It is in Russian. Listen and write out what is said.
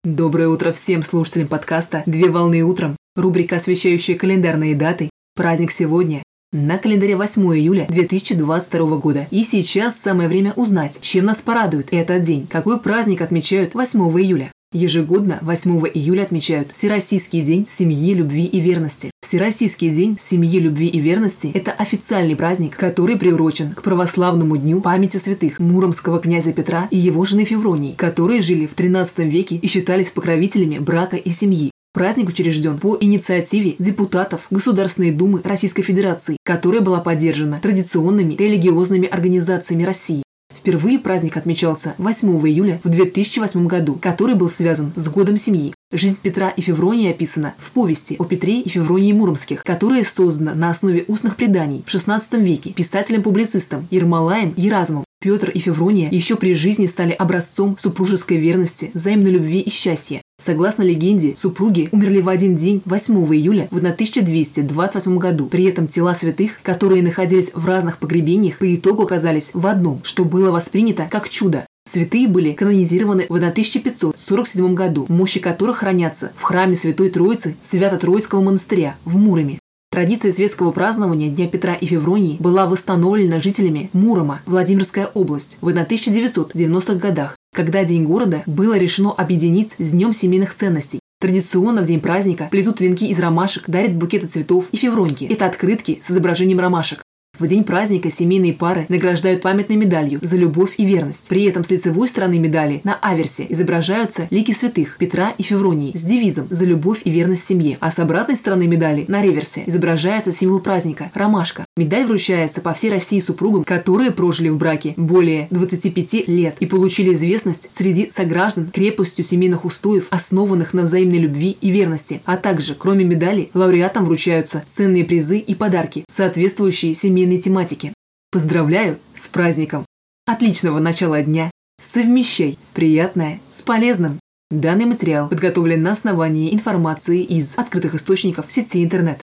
Доброе утро всем слушателям подкаста «Две волны утром». Рубрика, освещающая календарные даты. Праздник сегодня. На календаре 8 июля 2022 года. И сейчас самое время узнать, чем нас порадует этот день. Какой праздник отмечают 8 июля? Ежегодно 8 июля отмечают Всероссийский день семьи, любви и верности. Всероссийский день семьи, любви и верности – это официальный праздник, который приурочен к православному дню памяти святых Муромского князя Петра и его жены Февронии, которые жили в XIII веке и считались покровителями брака и семьи. Праздник учрежден по инициативе депутатов Государственной Думы Российской Федерации, которая была поддержана традиционными религиозными организациями России. Впервые праздник отмечался 8 июля в 2008 году, который был связан с Годом семьи. Жизнь Петра и Февронии описана в повести о Петре и Февронии Муромских, которая создана на основе устных преданий в XVI веке писателем-публицистом Ермолаем Еразмом. Петр и Феврония еще при жизни стали образцом супружеской верности, взаимной любви и счастья. Согласно легенде, супруги умерли в один день 8 июля в 1228 году. При этом тела святых, которые находились в разных погребениях, по итогу оказались в одном, что было воспринято как чудо. Святые были канонизированы в 1547 году, мощи которых хранятся в храме Святой Троицы Свято-Троицкого монастыря в Муроме. Традиция светского празднования Дня Петра и Февронии была восстановлена жителями Мурома, Владимирская область, в 1990-х годах, когда День города было решено объединить с Днем семейных ценностей. Традиционно в день праздника плетут венки из ромашек, дарят букеты цветов и февроньки. Это открытки с изображением ромашек. В день праздника семейные пары награждают памятной медалью за любовь и верность. При этом с лицевой стороны медали на аверсе изображаются лики святых Петра и Февронии с девизом «За любовь и верность семье», а с обратной стороны медали на реверсе изображается символ праздника – ромашка. Медаль вручается по всей России супругам, которые прожили в браке более 25 лет и получили известность среди сограждан крепостью семейных устоев, основанных на взаимной любви и верности. А также, кроме медали, лауреатам вручаются ценные призы и подарки, соответствующие семейной тематике. Поздравляю с праздником! Отличного начала дня! Совмещай приятное с полезным! Данный материал подготовлен на основании информации из открытых источников сети интернет.